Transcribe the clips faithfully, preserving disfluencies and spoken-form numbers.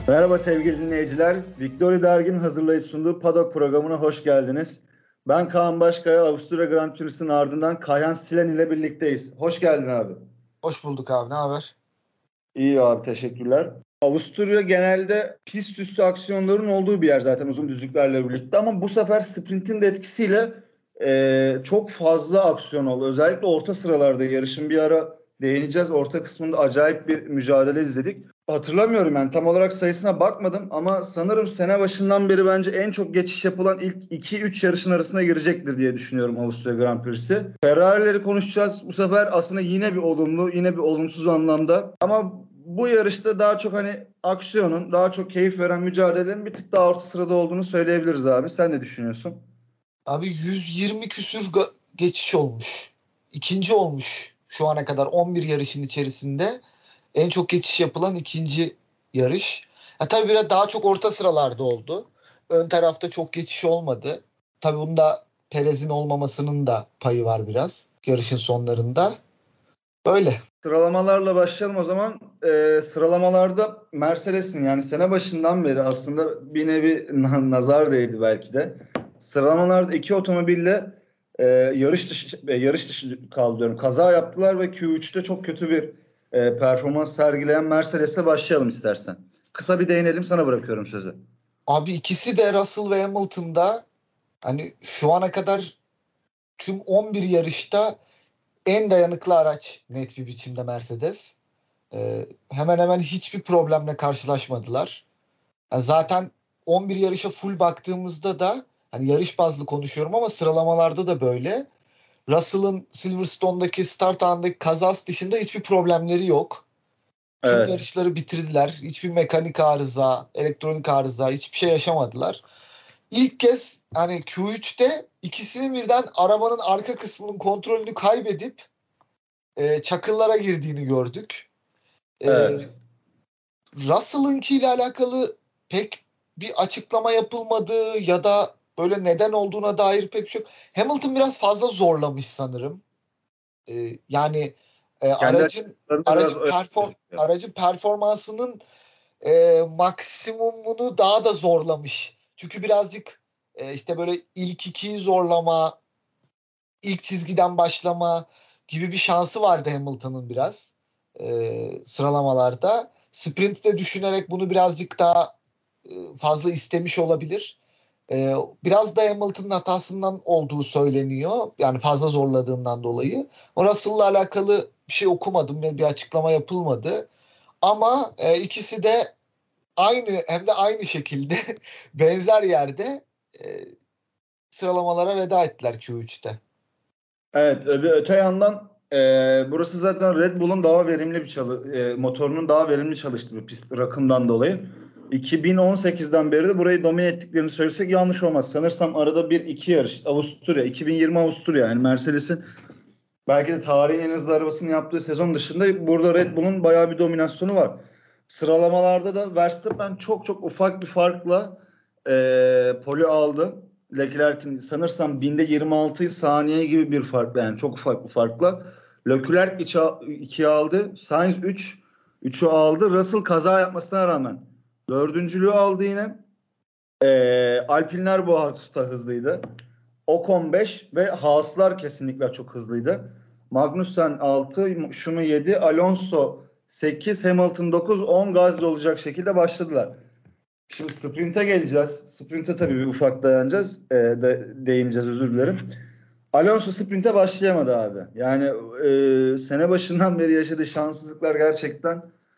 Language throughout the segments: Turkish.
Merhaba sevgili dinleyiciler. Victoria Dergin hazırlayıp sunduğu Paddock programına hoş geldiniz. Ben Kaan Başkaya, Avusturya Grand Prix'sinin ardından Kayhan Silen ile birlikteyiz. Hoş geldin abi. Hoş bulduk abi, ne haber? İyi abi, teşekkürler. Avusturya genelde pist üstü aksiyonların olduğu bir yer zaten uzun düzlüklerle birlikte, ama bu sefer sprintin de etkisiyle e, çok fazla aksiyon oldu. Özellikle orta sıralarda yarışın bir ara değineceğiz. Orta kısmında acayip bir mücadele izledik. Hatırlamıyorum, yani tam olarak sayısına bakmadım ama sanırım sene başından beri bence en çok geçiş yapılan ilk iki üç yarışın arasına girecektir diye düşünüyorum Avusturya Grand Prix'si. Ferrari'leri konuşacağız. Bu sefer aslında yine bir olumlu, yine bir olumsuz anlamda. Ama bu yarışta daha çok hani aksiyonun, daha çok keyif veren mücadelelerin bir tık daha orta sırada olduğunu söyleyebiliriz abi. Sen ne düşünüyorsun? Abi yüz yirmi küsür ga- geçiş olmuş. İkinci olmuş şu ana kadar on bir yarışın içerisinde. En çok geçiş yapılan ikinci yarış. Ha, tabii biraz daha çok orta sıralarda oldu. Ön tarafta çok geçiş olmadı. Tabii bunda Perez'in olmamasının da payı var biraz yarışın sonlarında. Böyle. Sıralamalarla başlayalım o zaman. Ee, sıralamalarda Mercedes'in, yani sene başından beri aslında bir nevi na- nazar değdi belki de. Sıralamalarda iki otomobille e, yarış dışı e, yarış dışı kaldı diyorum. Kaza yaptılar ve Q üçte çok kötü bir e, performans sergileyen Mercedes'le başlayalım istersen. Kısa bir değinelim, sana bırakıyorum sözü. Abi ikisi de Russell ve Hamilton'da hani şu ana kadar tüm on bir yarışta en dayanıklı araç net bir biçimde Mercedes. Ee, hemen hemen hiçbir problemle karşılaşmadılar. Yani zaten on bir yarışa full baktığımızda da hani yarış bazlı konuşuyorum ama sıralamalarda da böyle. Russell'ın Silverstone'daki start anındaki kazası dışında hiçbir problemleri yok. Tüm Evet. yarışları bitirdiler. Hiçbir mekanik arıza, elektronik arıza, hiçbir şey yaşamadılar. İlk kez hani Q üçte ikisinin birden arabanın arka kısmının kontrolünü kaybedip e, çakıllara girdiğini gördük. E, Evet. Russell'ınkiyle alakalı pek bir açıklama yapılmadı ya da böyle neden olduğuna dair pek çok. Hamilton biraz fazla zorlamış sanırım. E, yani e, Kendi aracın açıklarında biraz aracın öyle perform gözüküyor. aracın performansının e, maksimumunu daha da zorlamış. Çünkü birazcık e, işte böyle ilk ikiyi zorlama, ilk çizgiden başlama gibi bir şansı vardı Hamilton'ın biraz e, sıralamalarda. Sprint'te düşünerek bunu birazcık daha e, fazla istemiş olabilir. E, biraz da Hamilton'ın hatasından olduğu söyleniyor. Yani fazla zorladığından dolayı. O Russell'la alakalı bir şey okumadım ve bir açıklama yapılmadı. Ama e, ikisi de aynı hem de aynı şekilde benzer yerde e, sıralamalara veda ettiler Q üçte. Evet, öbe- öte yandan e, burası zaten Red Bull'un daha verimli bir çalı, e, motorunun daha verimli çalıştığı bir pist rakımdan dolayı. iki bin on sekizden beri de burayı domine ettiklerini söylesek yanlış olmaz. Sanırsam arada bir iki yarış. Avusturya, iki bin yirmi Avusturya, yani Mercedes'in belki de tarihin en hızlı arabasını yaptığı sezon dışında burada Red Bull'un bayağı bir dominasyonu var. Sıralamalarda da Verstappen çok çok ufak bir farkla e, pole aldı. Leclerc'in sanırsam binde yirmi altı saniye gibi bir farkla, yani çok ufak bir farkla. Leclerc ikiye aldı. Sainz üç. üçü aldı. Russell kaza yapmasına rağmen dördüncülüğü aldı yine. E, Alpinler bu hafta hızlıydı. Ocon beş ve Haas'lar kesinlikle çok hızlıydı. Magnussen altı, Schumi yedi, Alonso sekiz, Hamilton dokuz, on gazlı olacak şekilde başladılar. Şimdi sprinte geleceğiz. Sprinte tabii bir ufak dayanacağız. E, de, değineceğiz, özür dilerim. Alonso sprinte başlayamadı abi. Yani e, sene başından beri yaşadığı şanssızlıklar gerçekten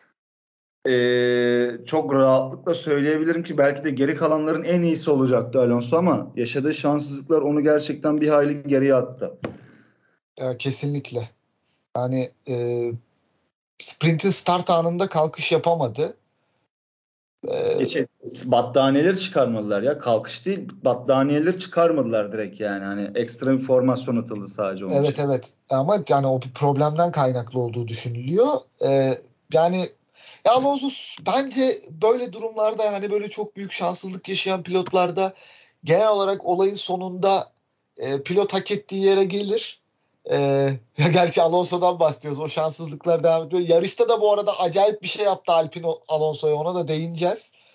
e, çok rahatlıkla söyleyebilirim ki belki de geri kalanların en iyisi olacaktı Alonso, ama yaşadığı şanssızlıklar onu gerçekten bir hayli geriye attı. Ya, kesinlikle. Yani e, sprintin start anında kalkış yapamadı. E, Geçe, battaniyeleri çıkarmadılar ya. Kalkış değil, battaniyeleri çıkarmadılar direkt yani. Hani ekstra bir formasyon atıldı sadece onun evet için. evet ama yani o bir problemden kaynaklı olduğu düşünülüyor. E, yani ya Alonso bence böyle durumlarda hani böyle çok büyük şanssızlık yaşayan pilotlarda genel olarak olayın sonunda e, pilot hak ettiği yere gelir. E, ya gerçi Alonso'dan bahsediyoruz. O şanssızlıklar devam ediyor. Yarışta da bu arada acayip bir şey yaptı Alpine Alonso'ya. Ona da değineceğiz.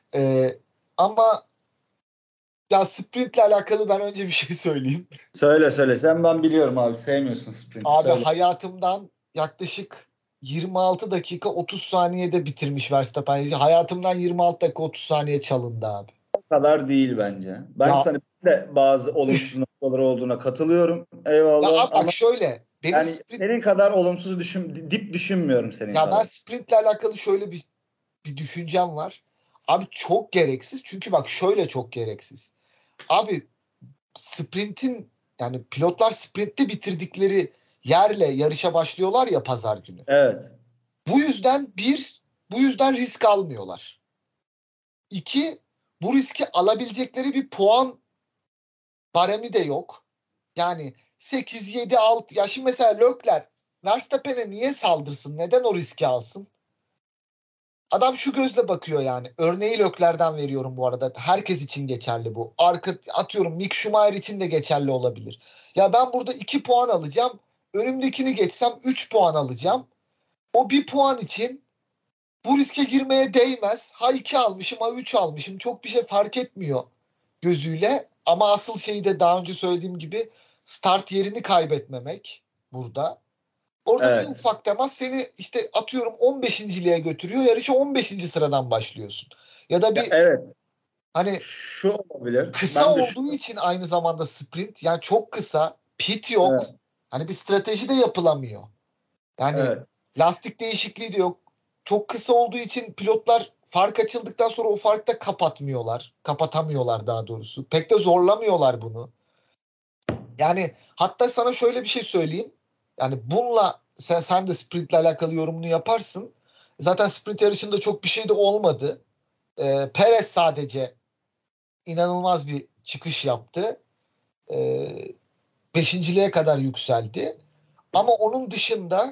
Ee, ama ya sprintle alakalı ben önce bir şey söyleyeyim. Söyle söyle. Sen ben biliyorum abi. Sevmiyorsun sprinti. Abi Söyle. hayatımdan yaklaşık yirmi altı dakika otuz saniyede bitirmiş Verstappen. Hayatımdan yirmi altı dakika otuz saniye çalındı abi. O kadar değil bence. Ben Ya sana de bazı olumsuz noktaları olduğuna katılıyorum. ya Eyvallah. abi bak Ama şöyle. Benim yani sprint senin kadar olumsuz düşün, dip düşünmüyorum senin ya ben kadar. sprintle alakalı şöyle bir bir düşüncem var. Abi çok gereksiz. Çünkü bak şöyle çok gereksiz. Abi sprintin yani pilotlar sprintte bitirdikleri yerle yarışa başlıyorlar ya pazar günü. Evet. Bu yüzden bir, bu yüzden risk almıyorlar. İki, bu riski alabilecekleri bir puan baremi de yok. Yani sekiz, yedi, altı. Ya şimdi mesela Leclerc Verstappen'e niye saldırsın? Neden o riski alsın? Adam şu gözle bakıyor yani. Örneği Leclerc'den veriyorum bu arada. Herkes için geçerli bu. Arka, atıyorum Mick Schumacher için de geçerli olabilir. Ya ben burada iki puan alacağım. Önümdekini geçsem üç puan alacağım. O bir puan için bu riske girmeye değmez. Ha iki almışım ha üç almışım. Çok bir şey fark etmiyor gözüyle. Ama asıl şeyi de daha önce söylediğim gibi start yerini kaybetmemek burada. Orada bir Evet. ufak temas seni işte atıyorum on beşinciliğe götürüyor. Yarışa on beşinci sıradan başlıyorsun. Ya da Ya bir evet. hani Şu olabilir. kısa Ben de olduğu şu. için aynı zamanda sprint yani çok kısa pit yok. Evet. Hani bir strateji de yapılamıyor. Yani Evet. lastik değişikliği de yok. Çok kısa olduğu için pilotlar fark açıldıktan sonra o farkı da kapatmıyorlar. Kapatamıyorlar daha doğrusu. Pek de zorlamıyorlar bunu. Yani hatta sana şöyle bir şey söyleyeyim. Yani bununla sen, sen de sprintle alakalı yorumunu yaparsın. Zaten sprint yarışında çok bir şey de olmadı. Ee, Perez sadece inanılmaz bir çıkış yaptı. Ee, beşinciliğe kadar yükseldi. Ama onun dışında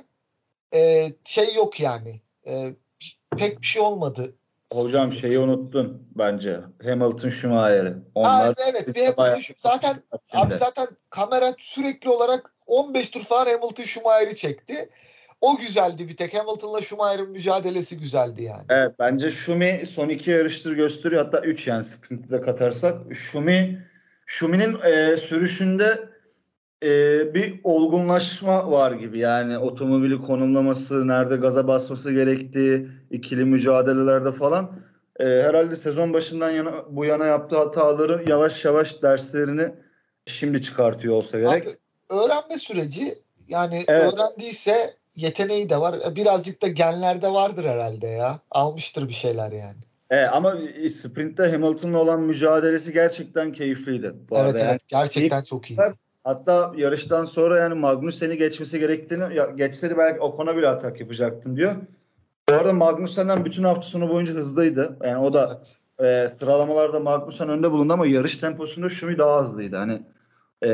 e, şey yok yani. E, pek bir şey olmadı Hocam sprint şeyi yarışında. unuttun bence. Hamilton Schumacher'i. Ha Onlar evet bir sprinte Hamilton bayağı Schu- zaten abi şimdi. zaten kamera sürekli olarak on beş tur falan Hamilton Schumacher'i çekti. O güzeldi bir tek. Hamilton'la Schumacher'in mücadelesi güzeldi yani. Evet, bence Schumi son iki yarıştır gösteriyor. Hatta üç yani sprinti de katarsak. Schumi, Schumi'nin e, sürüşünde e, bir olgunlaşma var gibi. Yani otomobili konumlaması, nerede gaza basması gerektiği, ikili mücadelelerde falan. E, herhalde sezon başından yana, bu yana yaptığı hataları yavaş yavaş derslerini şimdi çıkartıyor olsa Abi gerek. öğrenme süreci yani Evet. öğrendiyse yeteneği de var. Birazcık da genlerde vardır herhalde ya. Almıştır bir şeyler yani. E, ama sprintte Hamilton'la olan mücadelesi gerçekten keyifliydi bu arada. Evet Yani evet gerçekten çok iyiydi. hatta yarıştan sonra yani Magnussen'i geçmesi gerektiğini ya, geçseydi belki Ocon'a bile atak yapacaktım diyor. Bu arada Magnussen'den bütün hafta sonu boyunca hızlıydı. Yani o da Evet. e, sıralamalarda Magnussen önde bulundu ama yarış temposunda Schumi daha hızlıydı. Hani e,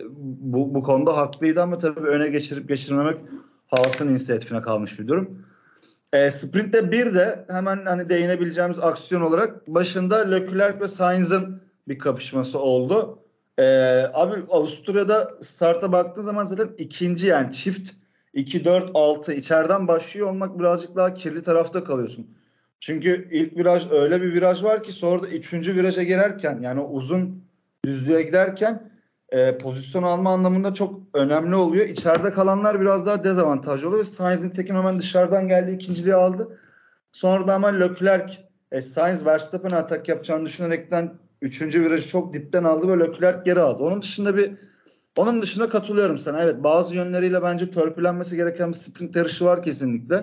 bu, bu konuda haklıydı ama tabii öne geçirip geçirmemek Haas'ın inisiyatifine kalmış bir durum. E, sprintte bir de hemen hani değinebileceğimiz aksiyon olarak başında Leclerc ve Sainz'ın bir kapışması oldu. E, abi Avusturya'da starta baktığın zaman zaten ikinci yani çift iki dört altı içeriden başlıyor olmak birazcık daha kirli tarafta kalıyorsun. Çünkü ilk viraj öyle bir viraj var ki sonra da üçüncü viraja girerken yani uzun düzlüğe giderken e, pozisyon alma anlamında çok önemli oluyor. İçeride kalanlar biraz daha dezavantajlı oluyor. Sainz nitekim hemen dışarıdan geldi, ikinciliği aldı. Sonra da ama Leclerc e, Sainz Verstappen'e atak yapacağını düşünerekten üçüncü virajı çok dipten aldı ve Leclerc geri aldı. Onun dışında bir onun dışında katılıyorum sana. Evet, bazı yönleriyle bence törpülenmesi gereken bir sprint yarışı var kesinlikle.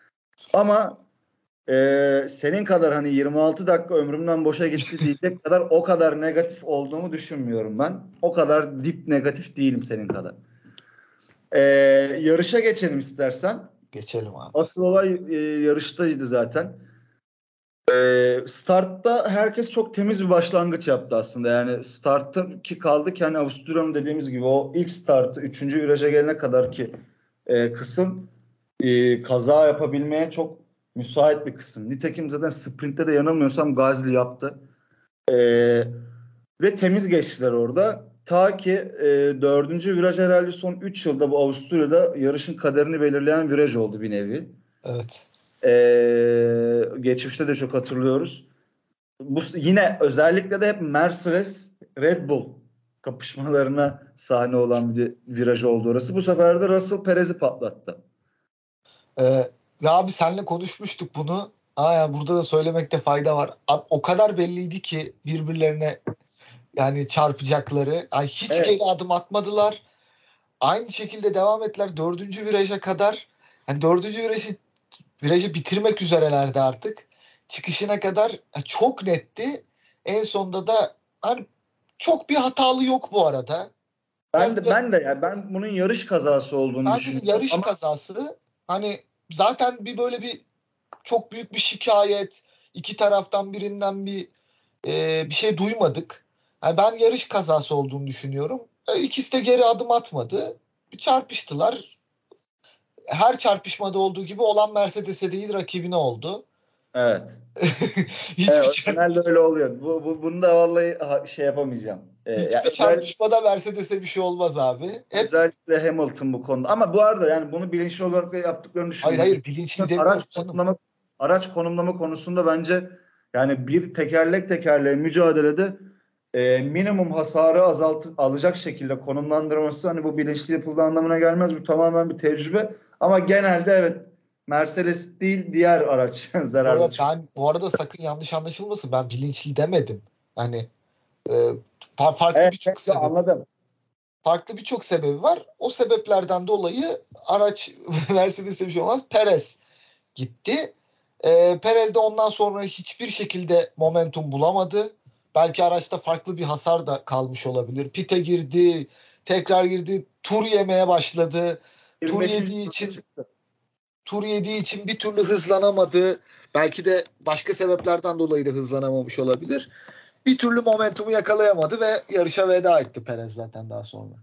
Ama e, senin kadar hani yirmi altı dakika ömrümden boşa gitti diyecek kadar o kadar negatif olduğumu düşünmüyorum ben. O kadar dip negatif değilim senin kadar. E, yarışa geçelim istersen. Geçelim abi. Asıl olay e, yarıştaydı zaten. E, startta herkes çok temiz bir başlangıç yaptı aslında. Yani startta ki kaldı ki hani Avusturya'nın dediğimiz gibi o ilk startı üçüncü viraja gelene kadar ki e, kısım e, kaza yapabilmeye çok müsait bir kısım. Nitekim zaten sprintte de yanılmıyorsam Gasly yaptı. E, ve temiz geçtiler orada. Ta ki e, dördüncü viraj herhalde son üç yılda bu Avusturya'da yarışın kaderini belirleyen viraj oldu bir nevi. Evet. E, geçmişte de çok hatırlıyoruz. bu yine özellikle de hep Mercedes Red Bull kapışmalarına sahne olan bir viraj oldu orası. Bu sefer de Russell Perez'i patlattı. Ee, ya abi senle konuşmuştuk bunu. Aa, yani burada da söylemekte fayda var. Abi, o kadar belliydi ki birbirlerine yani çarpacakları. Yani hiç Evet. geri adım atmadılar. Aynı şekilde devam ettiler dördüncü viraja kadar. Yani dördüncü virajı, virajı bitirmek üzerelerdi artık. Çıkışına kadar yani çok netti. En sonunda da hani çok bir hatalı yok bu arada. Ben Biraz de ben de yani ben bunun yarış kazası olduğunu sadece düşünüyorum yarış ama kazası. Hani zaten bir böyle bir çok büyük bir şikayet, iki taraftan birinden bir e, bir şey duymadık. Yani ben yarış kazası olduğunu düşünüyorum. E, ikisi de geri adım atmadı. Bir çarpıştılar. Her çarpışmada olduğu gibi olan Mercedes'e değil rakibine oldu. evet. Hiçbir, Evet, çarp- genelde öyle oluyor. Bu, bu bunu da vallahi ha- şey yapamayacağım. Ee, ya hiçbir özel, çarpışmada Mercedes'e bir şey olmaz abi. Hep özellikle Hamilton bu konuda. Ama bu arada yani bunu bilinçli olarak da yaptıklarını hayır düşünüyorum. hayır Çünkü bilinçli araç demiyorum canım. konumlama araç konumlama konusunda bence yani bir tekerlek tekerleğe mücadelede e, minimum hasarı azalt alacak şekilde konumlandırması hani bu bilinçli yapıldığı anlamına gelmez. Bu tamamen bir tecrübe. Ama genelde evet Mercedes değil diğer araç Yo, zararlı yo, çıkıyor. ben bu arada sakın yanlış anlaşılmasın. Ben bilinçli demedim. Hani e, fa- farklı Evet, birçok evet, sebep anladım. farklı birçok sebebi var. O sebeplerden dolayı araç Mercedes'e bir şey olmaz. Perez gitti. E, Perez de ondan sonra hiçbir şekilde momentum bulamadı. Belki araçta farklı bir hasar da kalmış olabilir. Pite girdi, tekrar girdi, tur yemeye başladı. Tur yirmi beşinci yediği turda için çıktı. tur yediği için bir türlü hızlanamadı. Belki de başka sebeplerden dolayı da hızlanamamış olabilir. Bir türlü momentumu yakalayamadı ve yarışa veda etti Perez zaten daha sonra.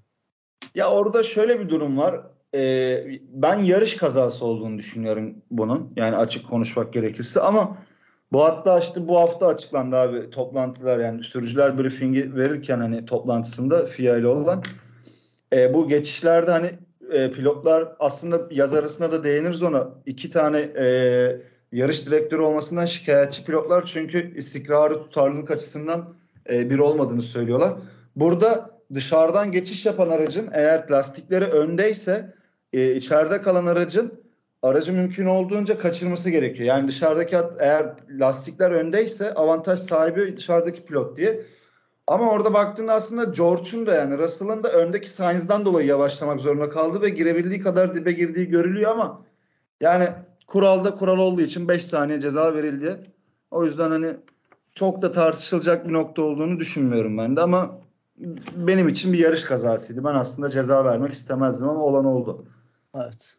Ya orada şöyle bir durum var. Ee, ben yarış kazası olduğunu düşünüyorum bunun. Yani açık konuşmak gerekirse ama bu hatta işte bu hafta açıklandı abi toplantılar yani sürücüler briefingi verirken hani toplantısında F I A ile olan e, bu geçişlerde hani e, pilotlar aslında yaz arasında da değiniriz ona iki tane e, yarış direktörü olmasından şikayetçi pilotlar çünkü istikrarı tutarlılık açısından e, bir olmadığını söylüyorlar. Burada dışarıdan geçiş yapan aracın eğer lastikleri öndeyse e, içeride kalan aracın aracı mümkün olduğunca kaçırması gerekiyor. Yani dışarıdaki eğer lastikler öndeyse avantaj sahibi dışarıdaki pilot diye. Ama orada baktığında aslında George'un da yani Russell'ın da öndeki Sainz'dan dolayı yavaşlamak zorunda kaldı ve girebildiği kadar dibe girdiği görülüyor ama yani kuralda kural olduğu için beş saniye ceza verildi. O yüzden hani çok da tartışılacak bir nokta olduğunu düşünmüyorum ben de ama benim için bir yarış kazasıydı. Ben aslında ceza vermek istemezdim ama olan oldu. Evet.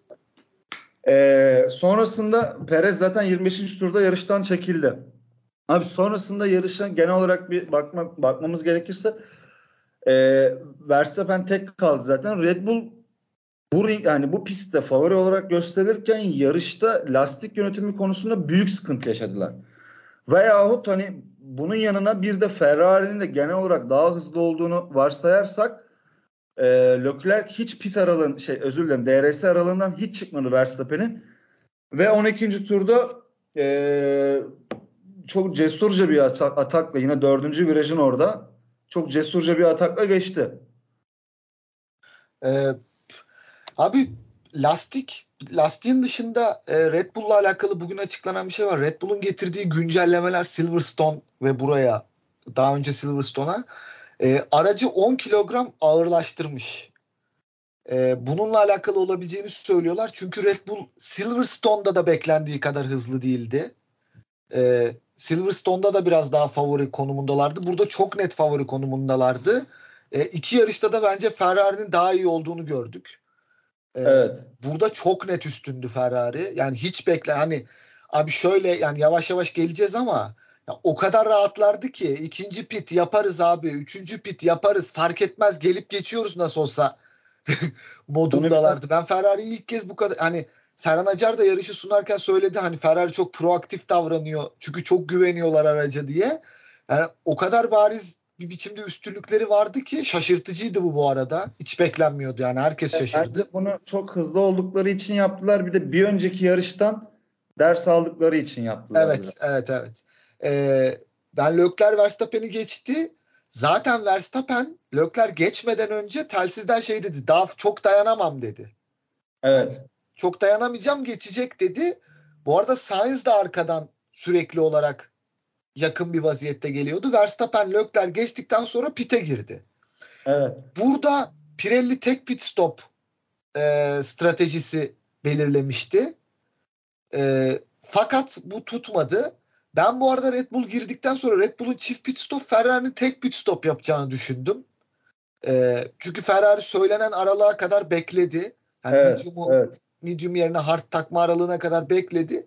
Ee, sonrasında Perez zaten yirmi beşinci turda yarıştan çekildi. Abi sonrasında yarışa genel olarak bir bakma, bakmamız gerekirse e, Verstappen tek kaldı zaten. Red Bull bu ring, yani bu pistte favori olarak gösterilirken yarışta lastik yönetimi konusunda büyük sıkıntı yaşadılar. Veyahut hani bunun yanına bir de Ferrari'nin de genel olarak daha hızlı olduğunu varsayarsak e, Leclerc hiç pit aralığın şey özür dilerim D R S aralığından hiç çıkmadı Verstappen'in ve on ikinci turda e, çok cesurca bir atak, atakla yine dördüncü virajın orada çok cesurca bir atakla geçti. Ee, abi lastik lastiğin dışında e, Red Bull'la alakalı bugün açıklanan bir şey var. Red Bull'un getirdiği güncellemeler Silverstone ve buraya daha önce Silverstone'a e, aracı on kilogram ağırlaştırmış. E, bununla alakalı olabileceğini söylüyorlar. Çünkü Red Bull Silverstone'da da beklendiği kadar hızlı değildi. E, Silverstone'da da biraz daha favori konumundalardı. Burada çok net favori konumundalardı. E, iki yarışta da bence Ferrari'nin daha iyi olduğunu gördük. E, Evet. burada çok net üstündü Ferrari. Yani hiç bekle hani abi şöyle yani yavaş yavaş geleceğiz ama ya o kadar rahatlardı ki ikinci pit yaparız abi, üçüncü pit yaparız fark etmez gelip geçiyoruz nasıl olsa Bunu modundalardı. Ben Ferrari'yi ilk kez bu kadar hani Serhan Acar da yarışı sunarken söyledi hani Ferrari çok proaktif davranıyor çünkü çok güveniyorlar araca diye. Yani o kadar bariz bir biçimde üstünlükleri vardı ki şaşırtıcıydı bu bu arada. Hiç beklenmiyordu yani herkes bence şaşırdı. bunu çok hızlı oldukları için yaptılar. Bir de bir önceki yarıştan ders aldıkları için yaptılar biraz. Evet, evet, evet. Ee, ben Leclerc Verstappen'i geçti. Zaten Verstappen Leclerc geçmeden önce telsizden şey dedi. Daha çok dayanamam dedi. Evet. Yani çok dayanamayacağım, geçecek dedi. Bu arada Sainz de arkadan sürekli olarak yakın bir vaziyette geliyordu. Verstappen Leclerc geçtikten sonra pit'e girdi. Evet. Burada Pirelli tek pit stop e, stratejisi belirlemişti. E, fakat bu tutmadı. Ben bu arada Red Bull girdikten sonra Red Bull'un çift pit stop, Ferrari'nin tek pit stop yapacağını düşündüm. E, çünkü Ferrari söylenen aralığa kadar bekledi. Yani Evet. medium'u, Evet. medium yerine hard takma aralığına kadar bekledi.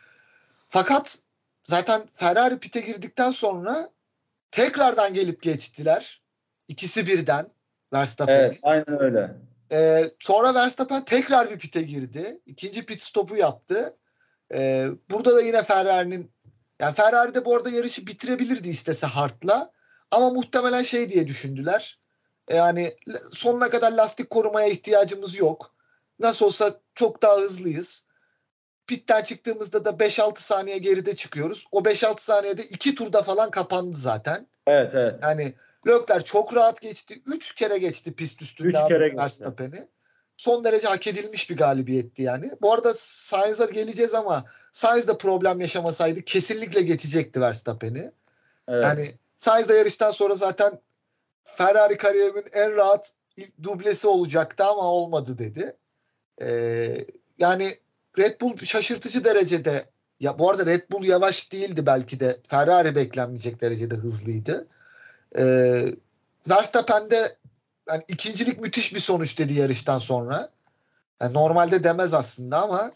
Fakat zaten Ferrari pit'e girdikten sonra tekrardan gelip geçtiler. İkisi birden Verstappen'i. Evet. Aynen öyle. Ee, sonra Verstappen tekrar bir pit'e girdi. İkinci pit stopu yaptı. Ee, burada da yine Ferrari'nin, yani Ferrari de bu arada yarışı bitirebilirdi istese hardla. Ama muhtemelen şey diye düşündüler. Yani sonuna kadar lastik korumaya ihtiyacımız yok. Nasıl olsa çok daha hızlıyız. Pitten çıktığımızda da beş altı saniye geride çıkıyoruz. O beş altı saniyede iki turda falan kapandı zaten. Evet, evet. Yani Leclerc çok rahat geçti. Üç kere geçti pist üstünde Üç kere geçti. Verstappen'i. Son derece hak edilmiş bir galibiyetti yani. Bu arada Sainz'a geleceğiz ama Sainz de problem yaşamasaydı kesinlikle geçecekti Verstappen'i. Evet. Yani Sainz'la yarıştan sonra zaten Ferrari kariyerimin en rahat dublesi olacaktı ama olmadı dedi. Ee, yani Red Bull şaşırtıcı derecede, ya bu arada Red Bull yavaş değildi belki de, Ferrari beklenmeyecek derecede hızlıydı. Ee, Verstappen'de yani ikincilik müthiş bir sonuç dedi yarıştan sonra. Yani normalde demez aslında ama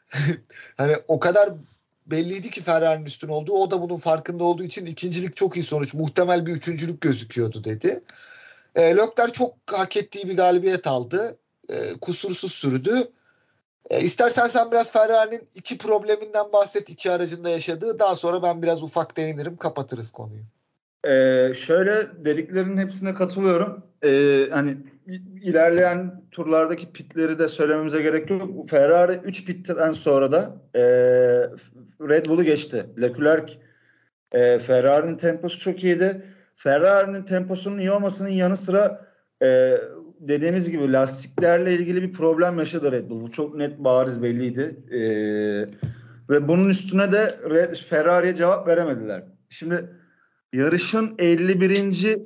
hani o kadar belliydi ki Ferrari'nin üstün olduğu, o da bunun farkında olduğu için ikincilik çok iyi sonuç, muhtemel bir üçüncülük gözüküyordu dedi. E, Leclerc çok hak ettiği bir galibiyet aldı. E, kusursuz sürdü. E, istersen sen biraz Ferrari'nin iki probleminden bahset, iki aracında yaşadığı. Daha sonra ben biraz ufak değinirim, kapatırız konuyu. Ee, şöyle, dediklerinin hepsine katılıyorum. Ee, hani ilerleyen turlardaki pitleri de söylememize gerek yok. Ferrari üç pitten sonra da e, Red Bull'u geçti. Leclerc, e, Ferrari'nin temposu çok iyiydi. Ferrari'nin temposunun iyi olmasının yanı sıra e, dediğimiz gibi lastiklerle ilgili bir problem yaşadı Red Bull. Bu çok net, bariz, belliydi. E, ve bunun üstüne de Red, Ferrari'ye cevap veremediler. Şimdi yarışın elli birinci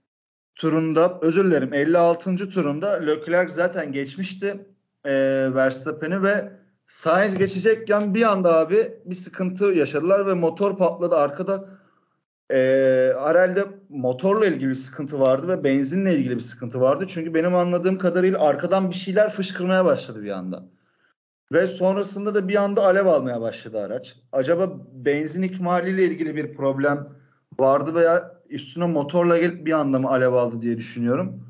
turunda, özür dilerim, elli altıncı turunda Leclerc zaten geçmişti e, Verstappen'i ve Sainz geçecekken bir anda abi bir sıkıntı yaşadılar ve motor patladı. Arkada e, Arel'de motorla ilgili bir sıkıntı vardı ve benzinle ilgili bir sıkıntı vardı. Çünkü benim anladığım kadarıyla arkadan bir şeyler fışkırmaya başladı bir anda. Ve sonrasında da bir anda alev almaya başladı araç. Acaba benzin ikmaliyle ilgili bir problem vardı veya üstüne motorla gelip bir anda mı alev aldı diye düşünüyorum.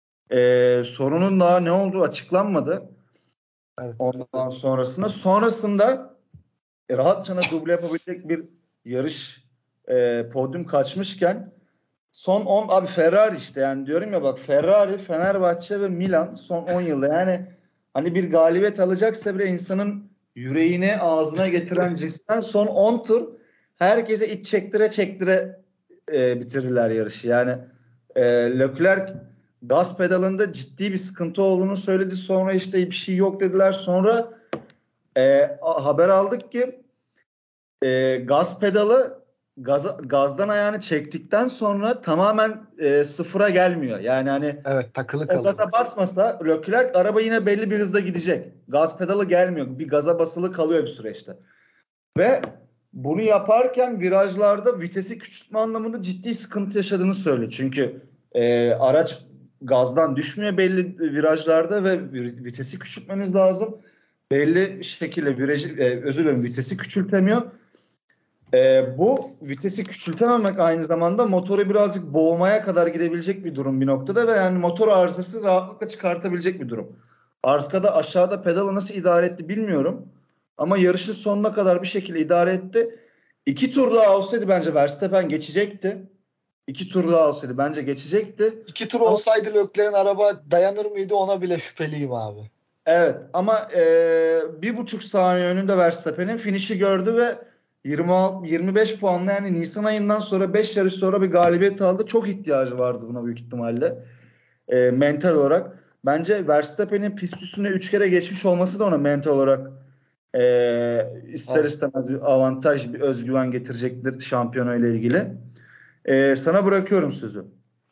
Ee, sorunun daha ne olduğu açıklanmadı. Evet. Ondan sonrasında sonrasında e, rahatça duble yapabilecek bir yarış e, podyum kaçmışken son on abi Ferrari işte, yani diyorum ya bak, Ferrari, Fenerbahçe ve Milan son on yılda, yani hani bir galibiyet alacaksa bile insanın yüreğine, ağzına getiren cinsten son on tur herkese iç çektire çektire e, bitirirler yarışı. Yani e, Leclerc gaz pedalında ciddi bir sıkıntı olduğunu söyledi. Sonra işte bir şey yok dediler. Sonra e, haber aldık ki e, gaz pedalı gaz, gazdan ayağını çektikten sonra tamamen e, sıfıra gelmiyor. Yani hani Evet, takılı o kalıyor. gaza basmasa Leclerc araba yine belli bir hızda gidecek. Gaz pedalı gelmiyor. Bir gaza basılı kalıyor bir süreçte. Ve bunu yaparken virajlarda vitesi küçültme anlamında ciddi sıkıntı yaşadığını söylüyor. Çünkü e, araç gazdan düşmüyor belli virajlarda ve vitesi küçültmeniz lazım. Belli şekilde virajı, e, özür dilerim, vitesi küçültemiyor. E, bu vitesi küçültememek aynı zamanda motoru birazcık boğmaya kadar gidebilecek bir durum bir noktada ve yani motor arızası rahatlıkla çıkartabilecek bir durum. Arkada aşağıda pedalı nasıl idare etti bilmiyorum. Ama yarışın sonuna kadar bir şekilde idare etti. İki tur daha olsaydı bence Verstappen geçecekti. İki tur daha olsaydı bence geçecekti. İki tur Ama, olsaydı Leclerc'in araba dayanır mıydı, ona bile şüpheliyim abi. evet ama e, bir buçuk saniye önünde Verstappen'in finişi gördü ve yirmi yirmi beş puanla, yani Nisan ayından sonra beş yarış sonra bir galibiyet aldı. Çok ihtiyacı vardı buna büyük ihtimalle. E, mental olarak. Bence Verstappen'in pist üstüne üç kere geçmiş olması da ona mental olarak e, ister Evet. istemez bir avantaj, bir özgüven getirecektir şampiyona ile ilgili. E, sana bırakıyorum sözü.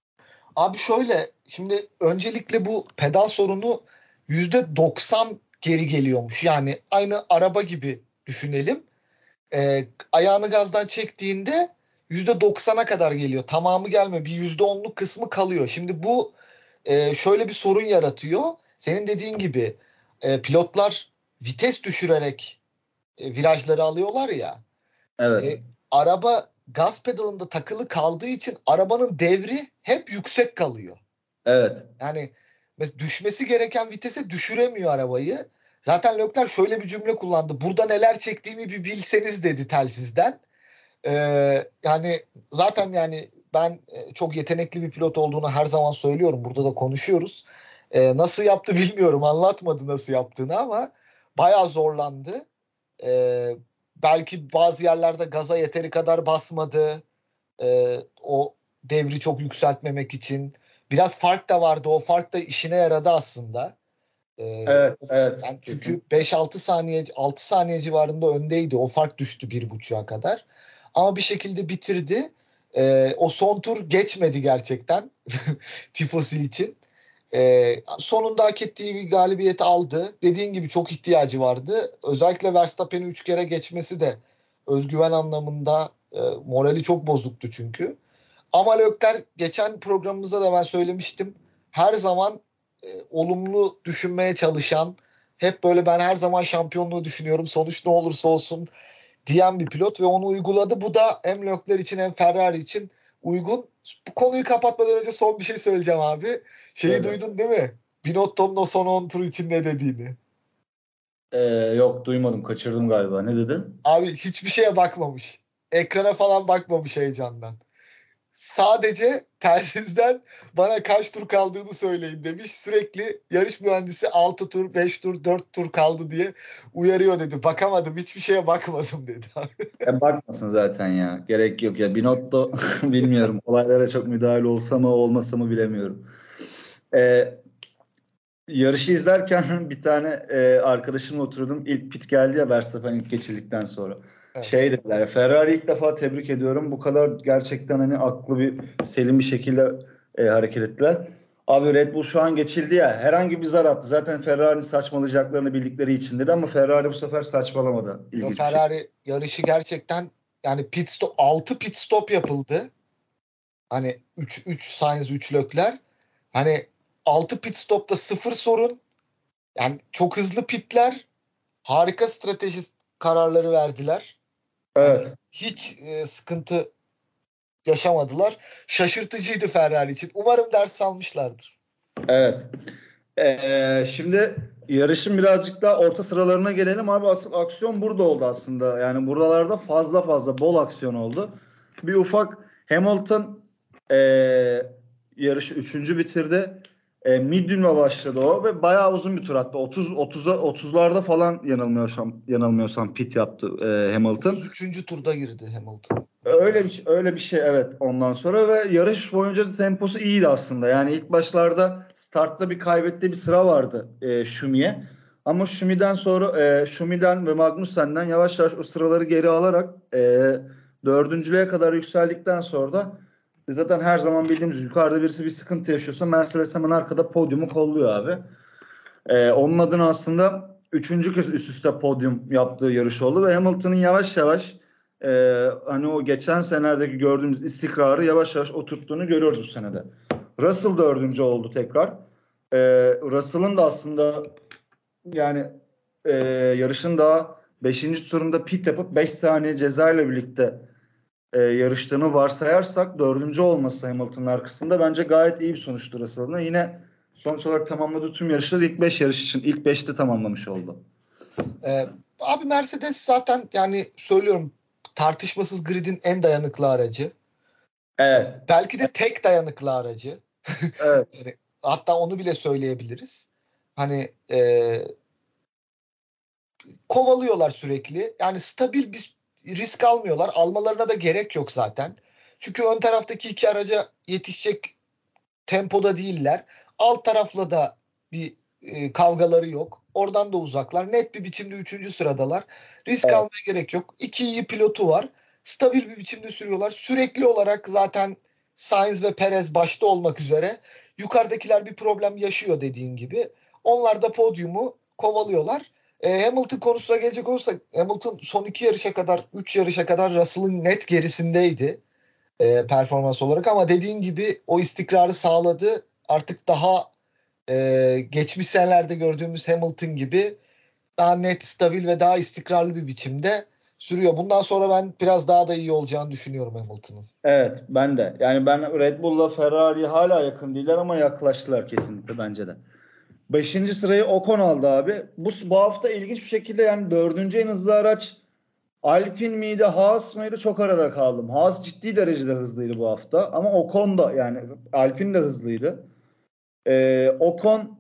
Abi şöyle, şimdi öncelikle bu pedal sorunu yüzde doksan geri geliyormuş. Yani aynı araba gibi düşünelim. Ee, ayağını gazdan çektiğinde yüzde doksana kadar geliyor. Tamamı gelmiyor. Bir yüzde onluk kısmı kalıyor. Şimdi bu e, şöyle bir sorun yaratıyor. Senin dediğin gibi e, pilotlar vites düşürerek e, virajları alıyorlar ya. Evet. E, araba gaz pedalında takılı kaldığı için arabanın devri hep yüksek kalıyor. Evet. Yani mes- düşmesi gereken vitese düşüremiyor arabayı. Zaten Leclerc şöyle bir cümle kullandı. Burada neler çektiğimi bir bilseniz dedi telsizden. Ee, yani zaten yani ben e, çok yetenekli bir pilot olduğunu her zaman söylüyorum. Burada da konuşuyoruz. Ee, nasıl yaptı bilmiyorum. Anlatmadı nasıl yaptığını ama bayağı zorlandı. Ee, belki bazı yerlerde gaza yeteri kadar basmadı. Ee, o devri çok yükseltmemek için. Biraz fark da vardı. O fark da işine yaradı aslında. Ee, Evet. Evet. yani çünkü Kesin. beş altı saniye altı saniye civarında öndeydi. O fark düştü bir buçuğa kadar. Ama bir şekilde bitirdi. Ee, o son tur geçmedi gerçekten Tifosi için. Ee, sonunda hak ettiği bir galibiyeti aldı. Dediğin gibi çok ihtiyacı vardı. Özellikle Verstappen'i üç kere geçmesi de özgüven anlamında e, morali çok bozuktu çünkü. Ama Leclerc, geçen programımızda da ben söylemiştim. Her zaman e, olumlu düşünmeye çalışan, hep böyle ben her zaman şampiyonluğu düşünüyorum, sonuç ne olursa olsun diyen bir pilot ve onu uyguladı. Bu da hem Leclerc için hem Ferrari için uygun. Bu konuyu kapatmadan önce son bir şey söyleyeceğim abi. Şeyi Öyle. duydun değil mi? Binotto'nun o son on tur için ne dediğini. Ee, yok, duymadım, kaçırdım galiba. Ne dedin? Abi hiçbir şeye bakmamış. Ekrana falan bakmamış heyecandan. Sadece telsizden bana kaç tur kaldığını söyleyin demiş. Sürekli yarış mühendisi altı tur, beş tur, dört tur kaldı diye uyarıyor dedi. Bakamadım, hiçbir şeye bakmadım dedi. Ya bakmasın zaten ya. Gerek yok ya. Binotto bilmiyorum. Olaylara çok müdahale olsa mı olmasa mı bilemiyorum. Ee, Yarışı izlerken bir tane e, arkadaşımla oturuyordum. İlk pit geldi ya, Verstappen ilk geçildikten sonra. Evet. Şey dediler, Ferrari ilk defa tebrik ediyorum. Bu kadar gerçekten hani aklı bir selim bir şekilde e, hareket ettiler. Abi Red Bull şu an geçildi ya, herhangi bir zar attı. Zaten Ferrari'nin saçmalayacaklarını bildikleri için dedi ama Ferrari bu sefer saçmalamadı. Yo, İlginç bir şey. Ferrari yarışı gerçekten, yani pit stop, altı pit stop yapıldı. Hani üç üç Sainz, üç Leclerc. Hani altı pit stopta sıfır sorun. Yani çok hızlı pitler. Harika strateji kararları verdiler. Yani Evet. hiç e, sıkıntı yaşamadılar. Şaşırtıcıydı Ferrari için. Umarım ders almışlardır. Evet. Ee, şimdi yarışın birazcık daha orta sıralarına gelelim abi. Asıl aksiyon burada oldu aslında. Yani buralarda fazla fazla bol aksiyon oldu. Bir ufak Hamilton e, yarışı üçüncü bitirdi. E, Medium'la başladı o ve bayağı uzun bir tur attı. otuz otuza otuzlarda falan yanılmıyorsam yanılmıyorsam pit yaptı e, Hamilton. otuz üçüncü turda girdi Hamilton. Öyle bir öyle bir şey, evet, ondan sonra ve yarış boyunca da temposu iyiydi aslında. Yani ilk başlarda startta bir kaybettiği bir sıra vardı e, Şumi'ye. Ama Şumi'den sonra e, Şumi'den ve Magnussen'den yavaş yavaş o sıraları geri alarak e, dördüncülüğe kadar yükseldikten sonra da e, zaten her zaman bildiğimiz yukarıda birisi bir sıkıntı yaşıyorsa Mercedes hemen arkada podyumu kolluyor abi. E, onun adına aslında üçüncü kez üst üste podyum yaptığı yarış oldu ve Hamilton'ın yavaş yavaş e, hani o geçen senelerdeki gördüğümüz istikrarı yavaş yavaş oturttuğunu görüyoruz bu senede. Russell dördüncü oldu tekrar. E, Russell'ın da aslında yani e, yarışın daha beşinci turunda pit yapıp beş saniye ceza ile birlikte e, yarıştığını varsayarsak dördüncü olması Hamilton'ın arkasında bence gayet iyi bir sonuçtu Russell'ın. Yine sonuç olarak tamamladığı tüm yarışları ilk beş yarış için ilk beşte tamamlamış oldu. Ee, abi Mercedes zaten, yani söylüyorum, tartışmasız gridin en dayanıklı aracı. Evet. Belki de tek dayanıklı aracı. Evet. Yani hatta onu bile söyleyebiliriz. Hani e, kovalıyorlar sürekli. Yani stabil bir risk almıyorlar. Almalarına da gerek yok zaten. Çünkü ön taraftaki iki araca yetişecek tempoda değiller. Alt tarafla da bir e, kavgaları yok. Oradan da uzaklar. Net bir biçimde üçüncü sıradalar. Risk Evet. almaya gerek yok. İki iyi pilotu var. Stabil bir biçimde sürüyorlar. Sürekli olarak zaten Sainz ve Perez başta olmak üzere yukarıdakiler bir problem yaşıyor dediğin gibi. Onlar da podyumu kovalıyorlar. E, Hamilton konusuna gelecek olursak Hamilton son iki yarışa kadar, üç yarışa kadar Russell'ın net gerisindeydi e, performans olarak ama dediğin gibi o istikrarı sağladı. Artık daha e, geçmiş senelerde gördüğümüz Hamilton gibi daha net, stabil ve daha istikrarlı bir biçimde sürüyor. Bundan sonra ben biraz daha da iyi olacağını düşünüyorum Hamilton'ın. Evet, ben de. Yani ben Red Bull'la Ferrari'ye hala yakın değiller ama yaklaştılar kesinlikle bence de. Beşinci sırayı Ocon aldı abi. Bu, bu hafta ilginç bir şekilde yani dördüncü en hızlı araç Alpine miydi, Haas mıydı? Çok arada kaldım. Haas ciddi derecede hızlıydı bu hafta. Ama Ocon da yani Alpine de hızlıydı. Ee, Ocon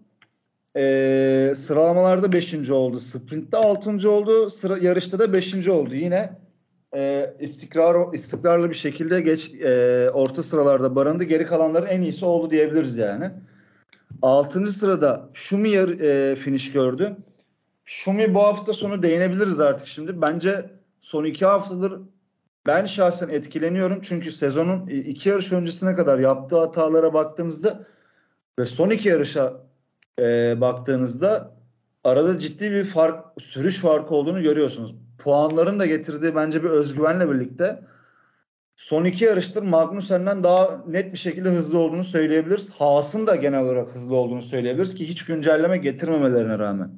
e, sıralamalarda beşinci oldu. Sprint'te altıncı oldu. Sıra, yarışta da beşinci oldu. Yine e, istikrar, istikrarlı bir şekilde geç e, orta sıralarda barındı. Geri kalanların en iyisi oldu diyebiliriz yani. Altıncı sırada Schumi yar, e, finish gördü. Schumi bu hafta sonu değinebiliriz artık şimdi. Bence son iki haftadır ben şahsen etkileniyorum. Çünkü sezonun iki yarış öncesine kadar yaptığı hatalara baktığımızda ve son iki yarışa e, baktığınızda arada ciddi bir fark, sürüş farkı olduğunu görüyorsunuz. Puanların da getirdiği bence bir özgüvenle birlikte son iki yarıştır Magnussen'den daha net bir şekilde hızlı olduğunu söyleyebiliriz. Haas'ın da genel olarak hızlı olduğunu söyleyebiliriz ki hiç güncelleme getirmemelerine rağmen.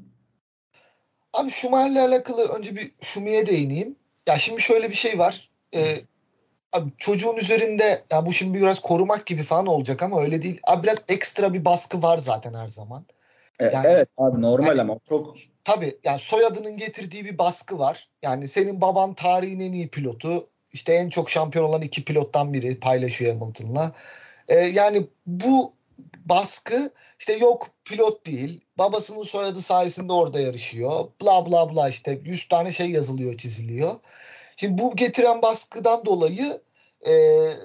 Abi Schumacher'le alakalı önce bir Schumacher'e değineyim. Ya şimdi şöyle bir şey var. Ee, abi çocuğun üzerinde ya bu şimdi biraz korumak gibi falan olacak ama öyle değil. Abi biraz ekstra bir baskı var zaten her zaman. E, Yani evet abi normal hani, ama çok tabii yani soyadının getirdiği bir baskı var. Yani senin baban tarihin en iyi pilotu. İşte en çok şampiyon olan iki pilottan biri paylaşıyor Hamilton'la. Ee, yani bu baskı işte yok pilot değil. Babasının soyadı sayesinde orada yarışıyor. Bla bla bla işte yüz tane şey yazılıyor çiziliyor. Şimdi bu getiren baskıdan dolayı e,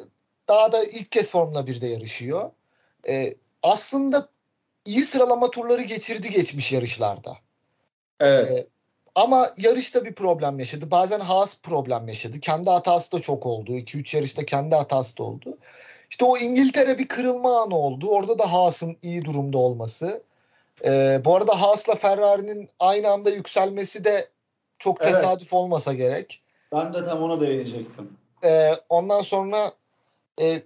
daha da ilk kez Formula birde yarışıyor. E, aslında iyi sıralama turları geçirdi geçmiş yarışlarda. evet. E, ama yarışta bir problem yaşadı. Bazen Haas problem yaşadı. Kendi hatası da çok oldu. iki üç yarışta kendi hatası da oldu. İşte o İngiltere bir kırılma anı oldu. Orada da Haas'ın iyi durumda olması. E, bu arada Haas'la Ferrari'nin aynı anda yükselmesi de çok Evet. tesadüf olmasa gerek. Ben de tam ona değinecektim. E, ondan sonra e,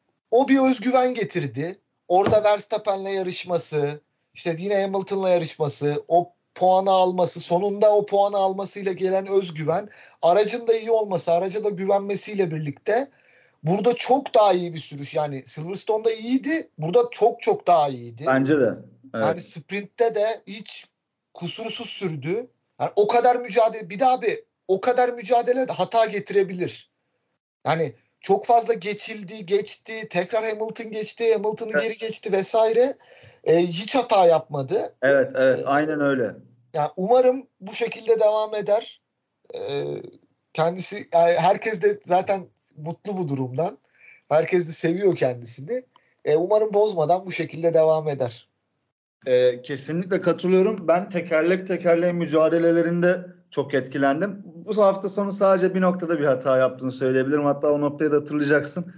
o bir özgüven getirdi. Orada Verstappen'le yarışması, işte yine Hamilton'la yarışması, o puanı alması, sonunda o puanı almasıyla gelen özgüven, aracın da iyi olması, araca da güvenmesiyle birlikte burada çok daha iyi bir sürüş. Yani Silverstone'da iyiydi, burada çok çok daha iyiydi. Bence de. Evet. Yani sprintte de hiç kusursuz sürdü. Yani o kadar mücadele, bir daha bir o kadar mücadele de hata getirebilir. Yani çok fazla geçildi, geçti, tekrar Hamilton geçti, Hamilton'ı Evet. geri geçti vesaire. Ee, hiç hata yapmadı. Evet, evet, Ee, aynen öyle. yani umarım bu şekilde devam eder. Ee, kendisi, yani herkes de zaten mutlu bu durumdan. Herkes de seviyor kendisini. Ee, umarım bozmadan bu şekilde devam eder. Ee, kesinlikle katılıyorum. Ben tekerlek tekerleğe mücadelelerinde çok etkilendim. Bu hafta sonu sadece bir noktada bir hata yaptığını söyleyebilirim. Hatta o noktayı da hatırlayacaksın.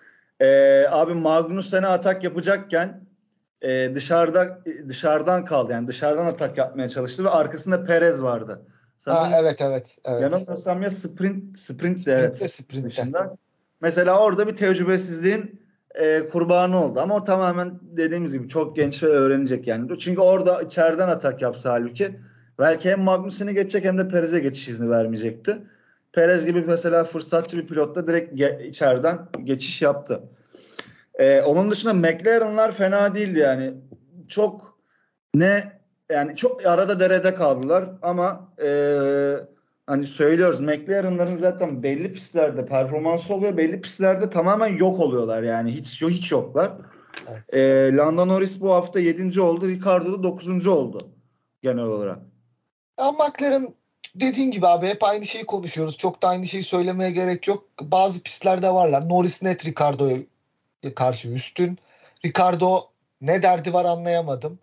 Ee, abi Magnussen'e atak yapacakken e, dışarıda dışarıdan kaldı. Yani dışarıdan atak yapmaya çalıştı ve arkasında Perez vardı. Ha, Sanırım evet evet evet. yanılmıyorsam ya sprint sprint Sprintte evet sprintte. dışında. Mesela orada bir tecrübesizliğin e, kurbanı oldu. Ama o tamamen dediğimiz gibi çok genç ve öğrenecek yani. Çünkü orada içeriden atak yapsa halbuki belki hem Magnussen'i geçecek hem de Perez'e geçiş izni vermeyecekti. Perez gibi mesela fırsatçı bir pilotla direkt ge- içeriden geçiş yaptı. E, onun dışında McLaren'lar fena değildi yani. Çok ne yani çok arada derede kaldılar ama e, hani söylüyoruz McLaren'ların zaten belli pistlerde performansı oluyor. Belli pistlerde tamamen yok oluyorlar yani. Hiç hiç yoklar. Evet. E, Lando Norris bu hafta yedinci oldu. Ricardo da dokuzuncu oldu genel olarak. Ya McLaren dediğin gibi abi hep aynı şeyi konuşuyoruz. Çok da aynı şeyi söylemeye gerek yok. Bazı pistlerde varlar. Norris net Ricardo'ya karşı üstün. Ricardo ne derdi var anlayamadım.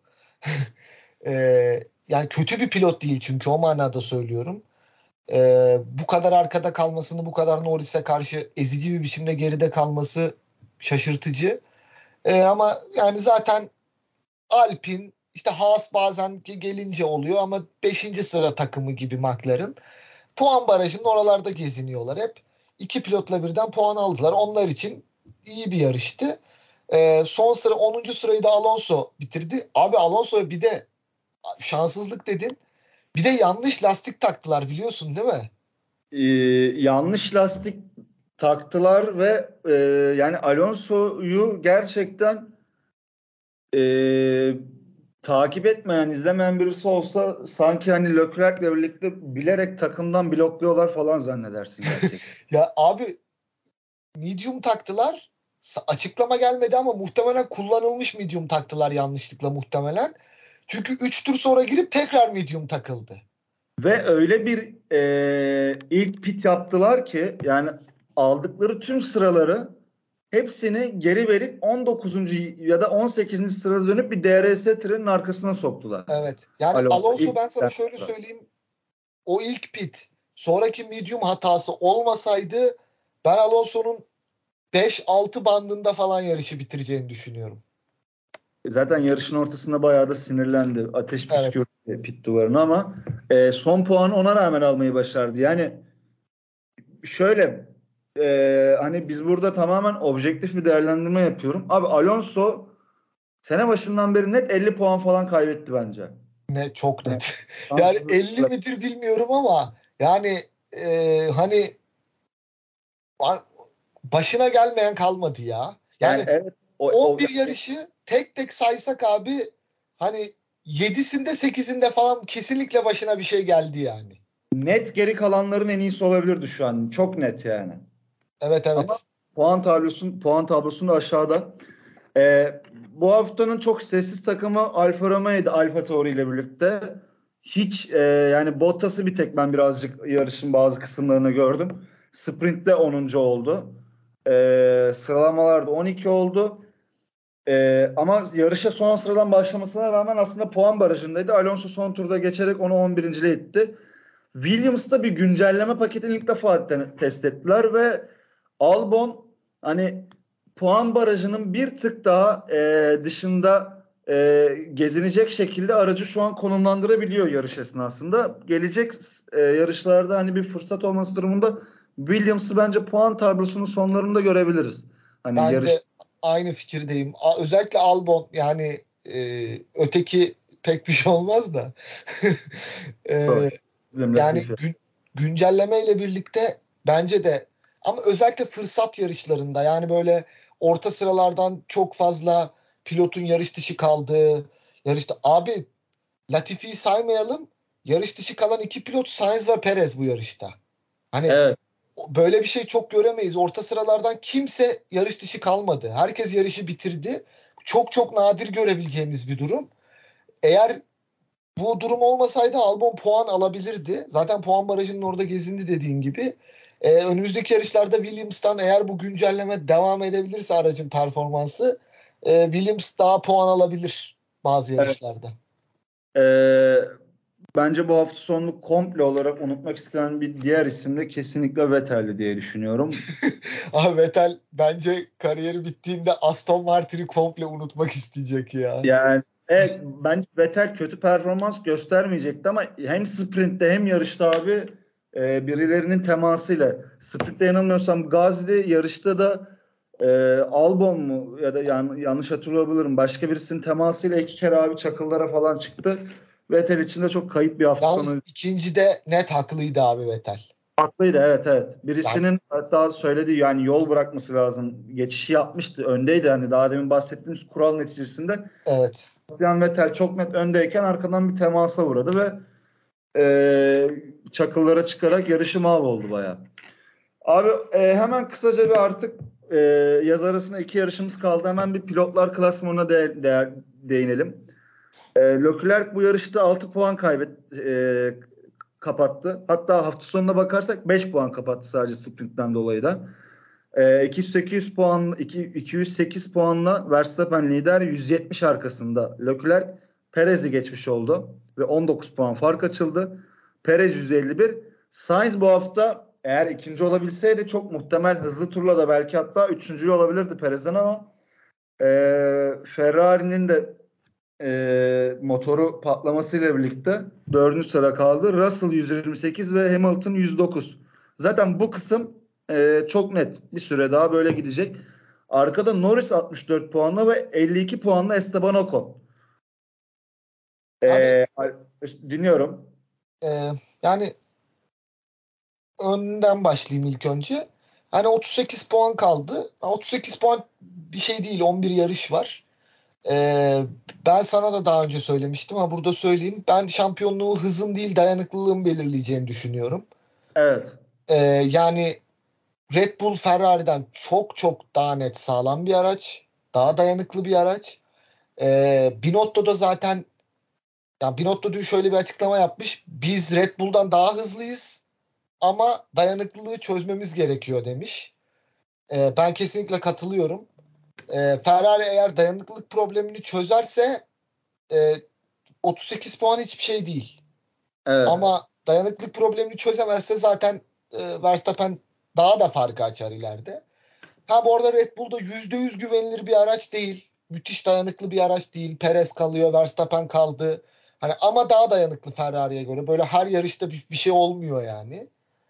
Ee, yani kötü bir pilot değil çünkü o manada söylüyorum. Ee, bu kadar arkada kalmasını, bu kadar Norris'e karşı ezici bir biçimde geride kalması şaşırtıcı. Ee, ama yani zaten Alpine, işte Haas bazen gelince oluyor ama beşinci sıra takımı gibi McLaren. Puan barajının oralarda geziniyorlar hep. İki pilotla birden puan aldılar. Onlar için iyi bir yarıştı. Ee, son sıra onuncu sırayı da Alonso bitirdi. Abi Alonso'ya bir de şanssızlık dedin. Bir de yanlış lastik taktılar biliyorsun değil mi? Ee, yanlış lastik taktılar ve e, yani Alonso'yu gerçekten e, takip etmeyen, izlemeyen birisi olsa sanki hani Leclerc'le birlikte bilerek takımdan blokluyorlar falan zannedersin gerçekten. Ya abi medium taktılar. Açıklama gelmedi ama muhtemelen kullanılmış medium taktılar yanlışlıkla muhtemelen. Çünkü üç tur sonra girip tekrar medium takıldı. Ve öyle bir e, ilk pit yaptılar ki yani aldıkları tüm sıraları hepsini geri verip on dokuzuncu ya da on sekizinci sırada dönüp bir D R S trenin arkasına soktular. Evet. Yani Alonso, Alonso ben sana ilk şöyle söyleyeyim. O ilk pit sonraki medium hatası olmasaydı ben Alonso'nun beş altı bandında falan yarışı bitireceğini düşünüyorum. Zaten yarışın ortasında bayağı da sinirlendi. Ateş püskürdü Evet. pit duvarına ama e, son puanı ona rağmen almayı başardı. Yani şöyle e, hani biz burada tamamen objektif bir değerlendirme yapıyorum. Abi Alonso sene başından beri net elli puan falan kaybetti bence. Ne çok Yani, net. Yani elli midir bilmiyorum ama yani e, hani başına gelmeyen kalmadı ya. yani Yani evet o, on o bir yarışı tek tek saysak abi hani yedisinde sekizinde falan kesinlikle başına bir şey geldi yani. net geri kalanların en iyisi olabilirdi şu an. Çok net yani. Evet Ama evet. puan tablosun puan tablosunda aşağıda. Ee, bu haftanın çok sessiz takımı Alfa Romeo'ydu Alfa Tauri ile birlikte. Hiç e, yani Bottas'ı bir tek ben birazcık yarışın bazı kısımlarını gördüm. Sprint'te onuncu oldu. Ee, sıralamalarda on iki oldu. Ee, ama yarışa son sıradan başlamasına rağmen aslında puan barajındaydı. Alonso son turda geçerek onu on birinciliğe itti. Williams'ta bir güncelleme paketini ilk defa test ettiler ve Albon hani puan barajının bir tık daha e, dışında e, gezinecek şekilde aracı şu an konumlandırabiliyor yarış esnasında. Gelecek e, yarışlarda hani bir fırsat olması durumunda Williams'ı bence puan tablosunun sonlarında görebiliriz. Hani Ben yarış de aynı fikirdeyim. A- özellikle Albon yani e, öteki pek bir şey olmaz da. e, yani gün, güncellemeyle birlikte bence de ama özellikle fırsat yarışlarında yani böyle orta sıralardan çok fazla pilotun yarış dışı kaldığı yarışta abi Latifi'yi saymayalım. Yarış dışı kalan iki pilot Sainz ve Perez bu yarışta. Hani evet. böyle bir şey çok göremeyiz. Orta sıralardan kimse yarış dışı kalmadı. Herkes yarışı bitirdi. Çok çok nadir görebileceğimiz bir durum. Eğer bu durum olmasaydı Albon puan alabilirdi. Zaten puan barajının orada gezindi dediğin gibi. Ee, önümüzdeki yarışlarda Williams'tan eğer bu güncelleme devam edebilirse aracın performansı e, Williams daha puan alabilir bazı Evet. yarışlarda. Ee, bence bu hafta sonunu komple olarak unutmak isteyen bir diğer isim de kesinlikle Vettel'di diye düşünüyorum. Abi Vettel bence kariyeri bittiğinde Aston Martin'i komple unutmak isteyecek ya. Yani evet bence Vettel kötü performans göstermeyecekti ama hem sprintte hem yarışta abi e, birilerinin temasıyla sprintte yanılmıyorsam Gasly yarışta da e, Albon mu ya da yan, yanlış hatırlayabilirim başka birisinin temasıyla iki kere abi çakıllara falan çıktı. Vettel için de çok kayıp bir hafta Yalnız sonu. ikincide net haklıydı abi Vettel. Haklıydı evet evet. Yani Birisinin hatta söylediği yani yol bırakması lazım. Geçişi yapmıştı. Öndeydi hani daha demin bahsettiğimiz kural neticesinde. evet. Sebastian Vettel çok net öndeyken arkadan bir temasa uğradı ve e, çakıllara çıkarak yarışı mahvoldu bayağı. Abi e, hemen kısaca bir artık e, yaz arasında iki yarışımız kaldı. Hemen bir pilotlar klasmanına de, de, değinelim. E, Leclerc bu yarışta altı puan kaybet, e, kapattı. Hatta hafta sonuna bakarsak beş puan kapattı sadece sprintten dolayı da. E, iki yüz sekiz puan iki, iki yüz sekiz puanla Verstappen lider, yüz yetmiş arkasında Leclerc. Perez'i geçmiş oldu ve on dokuz puan fark açıldı. Perez yüz elli bir. Sainz bu hafta eğer ikinci olabilseydi çok muhtemel hızlı turla da belki hatta üçüncü olabilirdi Perez'den ama e, Ferrari'nin de e, motoru patlamasıyla birlikte dördüncü sıra kaldı. Russell yüz yirmi sekiz ve Hamilton yüz dokuz. Zaten bu kısım e, çok net. Bir süre daha böyle gidecek. Arkada Norris altmış dört puanla ve elli iki puanla Esteban Ocon. E, dinliyorum. E, yani önden başlayayım ilk önce. Hani otuz sekiz puan kaldı. otuz sekiz puan bir şey değil. on bir yarış var. Ee, ben sana da daha önce söylemiştim ama burada söyleyeyim. Ben şampiyonluğu hızın değil dayanıklılığın belirleyeceğini düşünüyorum. Evet. Ee, yani Red Bull Ferrari'den çok çok daha net sağlam bir araç. Daha dayanıklı bir araç. Ee, Binotto da zaten yani Binotto dün şöyle bir açıklama yapmış. Biz Red Bull'dan daha hızlıyız ama dayanıklılığı çözmemiz gerekiyor demiş. Ee, ben kesinlikle katılıyorum. Ee, Ferrari eğer dayanıklılık problemini çözerse e, otuz sekiz puan hiçbir şey değil. Evet. Ama dayanıklılık problemini çözemezse zaten e, Verstappen daha da farkı açar ileride. Ha bu arada Red Bull'da yüzde yüz güvenilir bir araç değil. Müthiş dayanıklı bir araç değil. Perez kalıyor, Verstappen kaldı. Hani ama daha dayanıklı Ferrari'ye göre. Böyle her yarışta bir, bir şey olmuyor yani.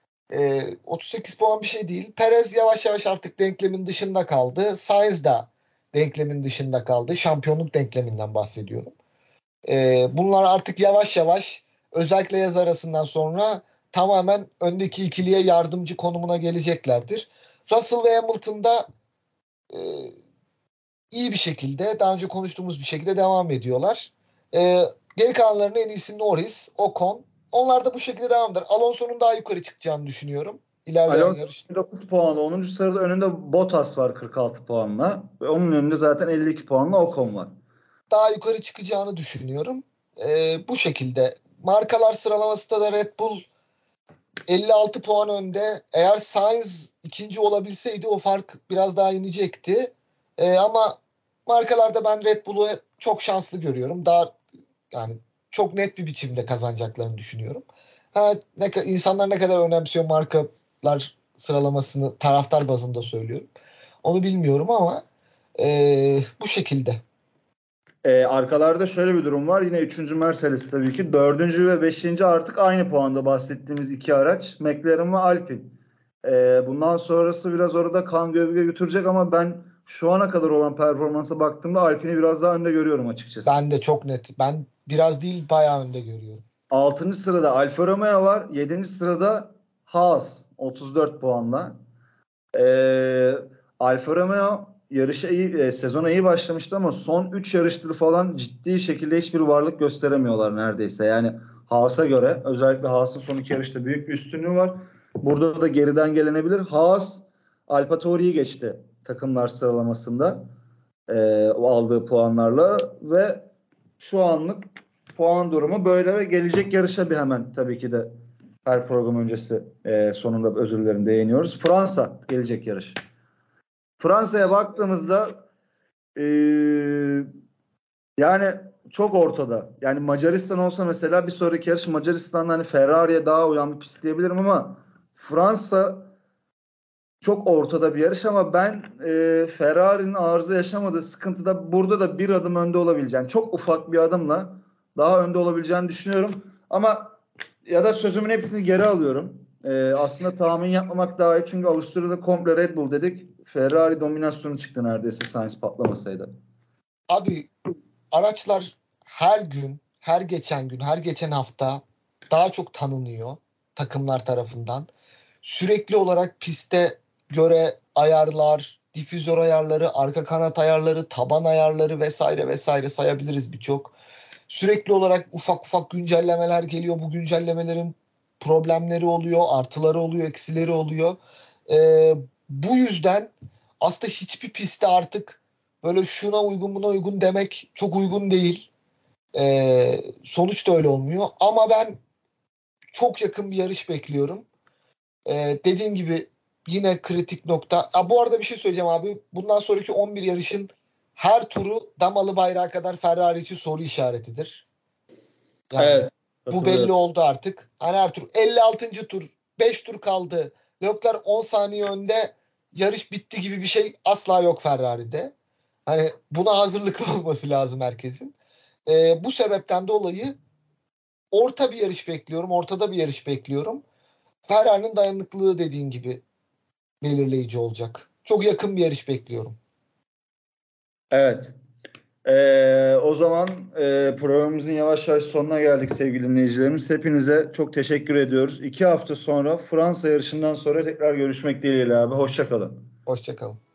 E, otuz sekiz puan bir şey değil. Perez yavaş yavaş artık denklemin dışında kaldı. Sainz da denklemin dışında kaldı. Şampiyonluk denkleminden bahsediyorum. Ee, bunlar artık yavaş yavaş özellikle yaz arasından sonra tamamen öndeki ikiliye yardımcı konumuna geleceklerdir. Russell ve Hamilton da e, iyi bir şekilde daha önce konuştuğumuz bir şekilde devam ediyorlar. E, geri kalanların en iyisi Norris, Ocon. Onlar da bu şekilde devam eder. Alonso'nun daha yukarı çıkacağını düşünüyorum. İlerleyen Alonso yarış. dokuz puanla onuncu sırada, önünde Bottas var kırk altı puanla ve onun önünde zaten elli iki puanla Ocon var. Daha yukarı çıkacağını düşünüyorum. E, bu şekilde. Markalar sıralamasında da Red Bull elli altı puan önde. Eğer Sainz ikinci olabilseydi o fark biraz daha inecekti. Ee, ama markalarda ben Red Bull'u çok şanslı görüyorum. Daha yani çok net bir biçimde kazanacaklarını düşünüyorum. Ha, ne, insanlar ne kadar önemsiyor markalar sıralamasını taraftar bazında söylüyorum. Onu bilmiyorum ama e, bu şekilde. Ee, arkalarda şöyle bir durum var. Yine üçüncü Mercedes tabii ki. dördüncü ve beşinci artık aynı puanda bahsettiğimiz iki araç. McLaren ve Alpine. Ee, bundan sonrası biraz orada kan gövde götürecek ama ben şu ana kadar olan performansa baktığımda Alpine'i biraz daha önde görüyorum açıkçası. Ben de çok net. Ben biraz değil bayağı önde görüyorum. altıncı sırada Alfa Romeo var. yedinci sırada Haas otuz dört puanla. Ee, Alfa Romeo yarışa iyi, e, sezona iyi başlamıştı ama son üç yarıştır falan ciddi şekilde hiçbir varlık gösteremiyorlar neredeyse. Yani Haas'a göre özellikle Haas'ın son iki yarışta büyük bir üstünlüğü var. Burada da geriden gelenebilir. Haas AlphaTauri'yi geçti takımlar sıralamasında e, aldığı puanlarla ve şu anlık puan durumu böyle ve gelecek yarışa bir hemen tabii ki de her program öncesi e, sonunda özür dilerim değiniyoruz. Fransa gelecek yarış. Fransa'ya baktığımızda e, yani çok ortada. Yani Macaristan olsa mesela bir sonraki yarış Macaristan'da hani Ferrari'ye daha uyan bir pist diyebilirim ama Fransa çok ortada bir yarış ama ben e, Ferrari'nin arıza yaşamadığı sıkıntıda burada da bir adım önde olabileceğini, çok ufak bir adımla daha önde olabileceğini düşünüyorum. Ama ya da sözümün hepsini geri alıyorum. E, aslında tahmin yapmamak daha iyi çünkü Avusturya'da komple Red Bull dedik. Ferrari dominasyonu çıktı neredeyse Sainz patlamasaydı. Abi araçlar her gün, her geçen gün, her geçen hafta daha çok tanınıyor takımlar tarafından. Sürekli olarak piste göre ayarlar, difüzör ayarları, arka kanat ayarları, taban ayarları vesaire vesaire sayabiliriz birçok. Sürekli olarak ufak ufak güncellemeler geliyor. Bu güncellemelerin problemleri oluyor, artıları oluyor, eksileri oluyor. Ee, bu yüzden aslında hiçbir pistte artık böyle şuna uygun buna uygun demek çok uygun değil. Ee, sonuç da öyle olmuyor. Ama ben çok yakın bir yarış bekliyorum. Ee, dediğim gibi yine kritik nokta. Ha, bu arada bir şey söyleyeceğim abi. Bundan sonraki on bir yarışın her turu damalı bayrağa kadar Ferrari için soru işaretidir. Yani Evet. bu belli oldu artık. Hani her tur elli altıncı tur beş tur kaldı. Leclerc on saniye önde, yarış bitti gibi bir şey asla yok Ferrari'de. Hani buna hazırlıklı olması lazım herkesin. Ee, bu sebepten dolayı orta bir yarış bekliyorum. Ortada bir yarış bekliyorum. Ferrari'nin dayanıklılığı dediğin gibi belirleyici olacak. Çok yakın bir yarış bekliyorum. Evet. Ee, o zaman e, programımızın yavaş yavaş sonuna geldik sevgili dinleyicilerimiz. Hepinize çok teşekkür ediyoruz. İki hafta sonra Fransa yarışından sonra tekrar görüşmek dileğiyle abi. Hoşça kalın. Hoşça kalın.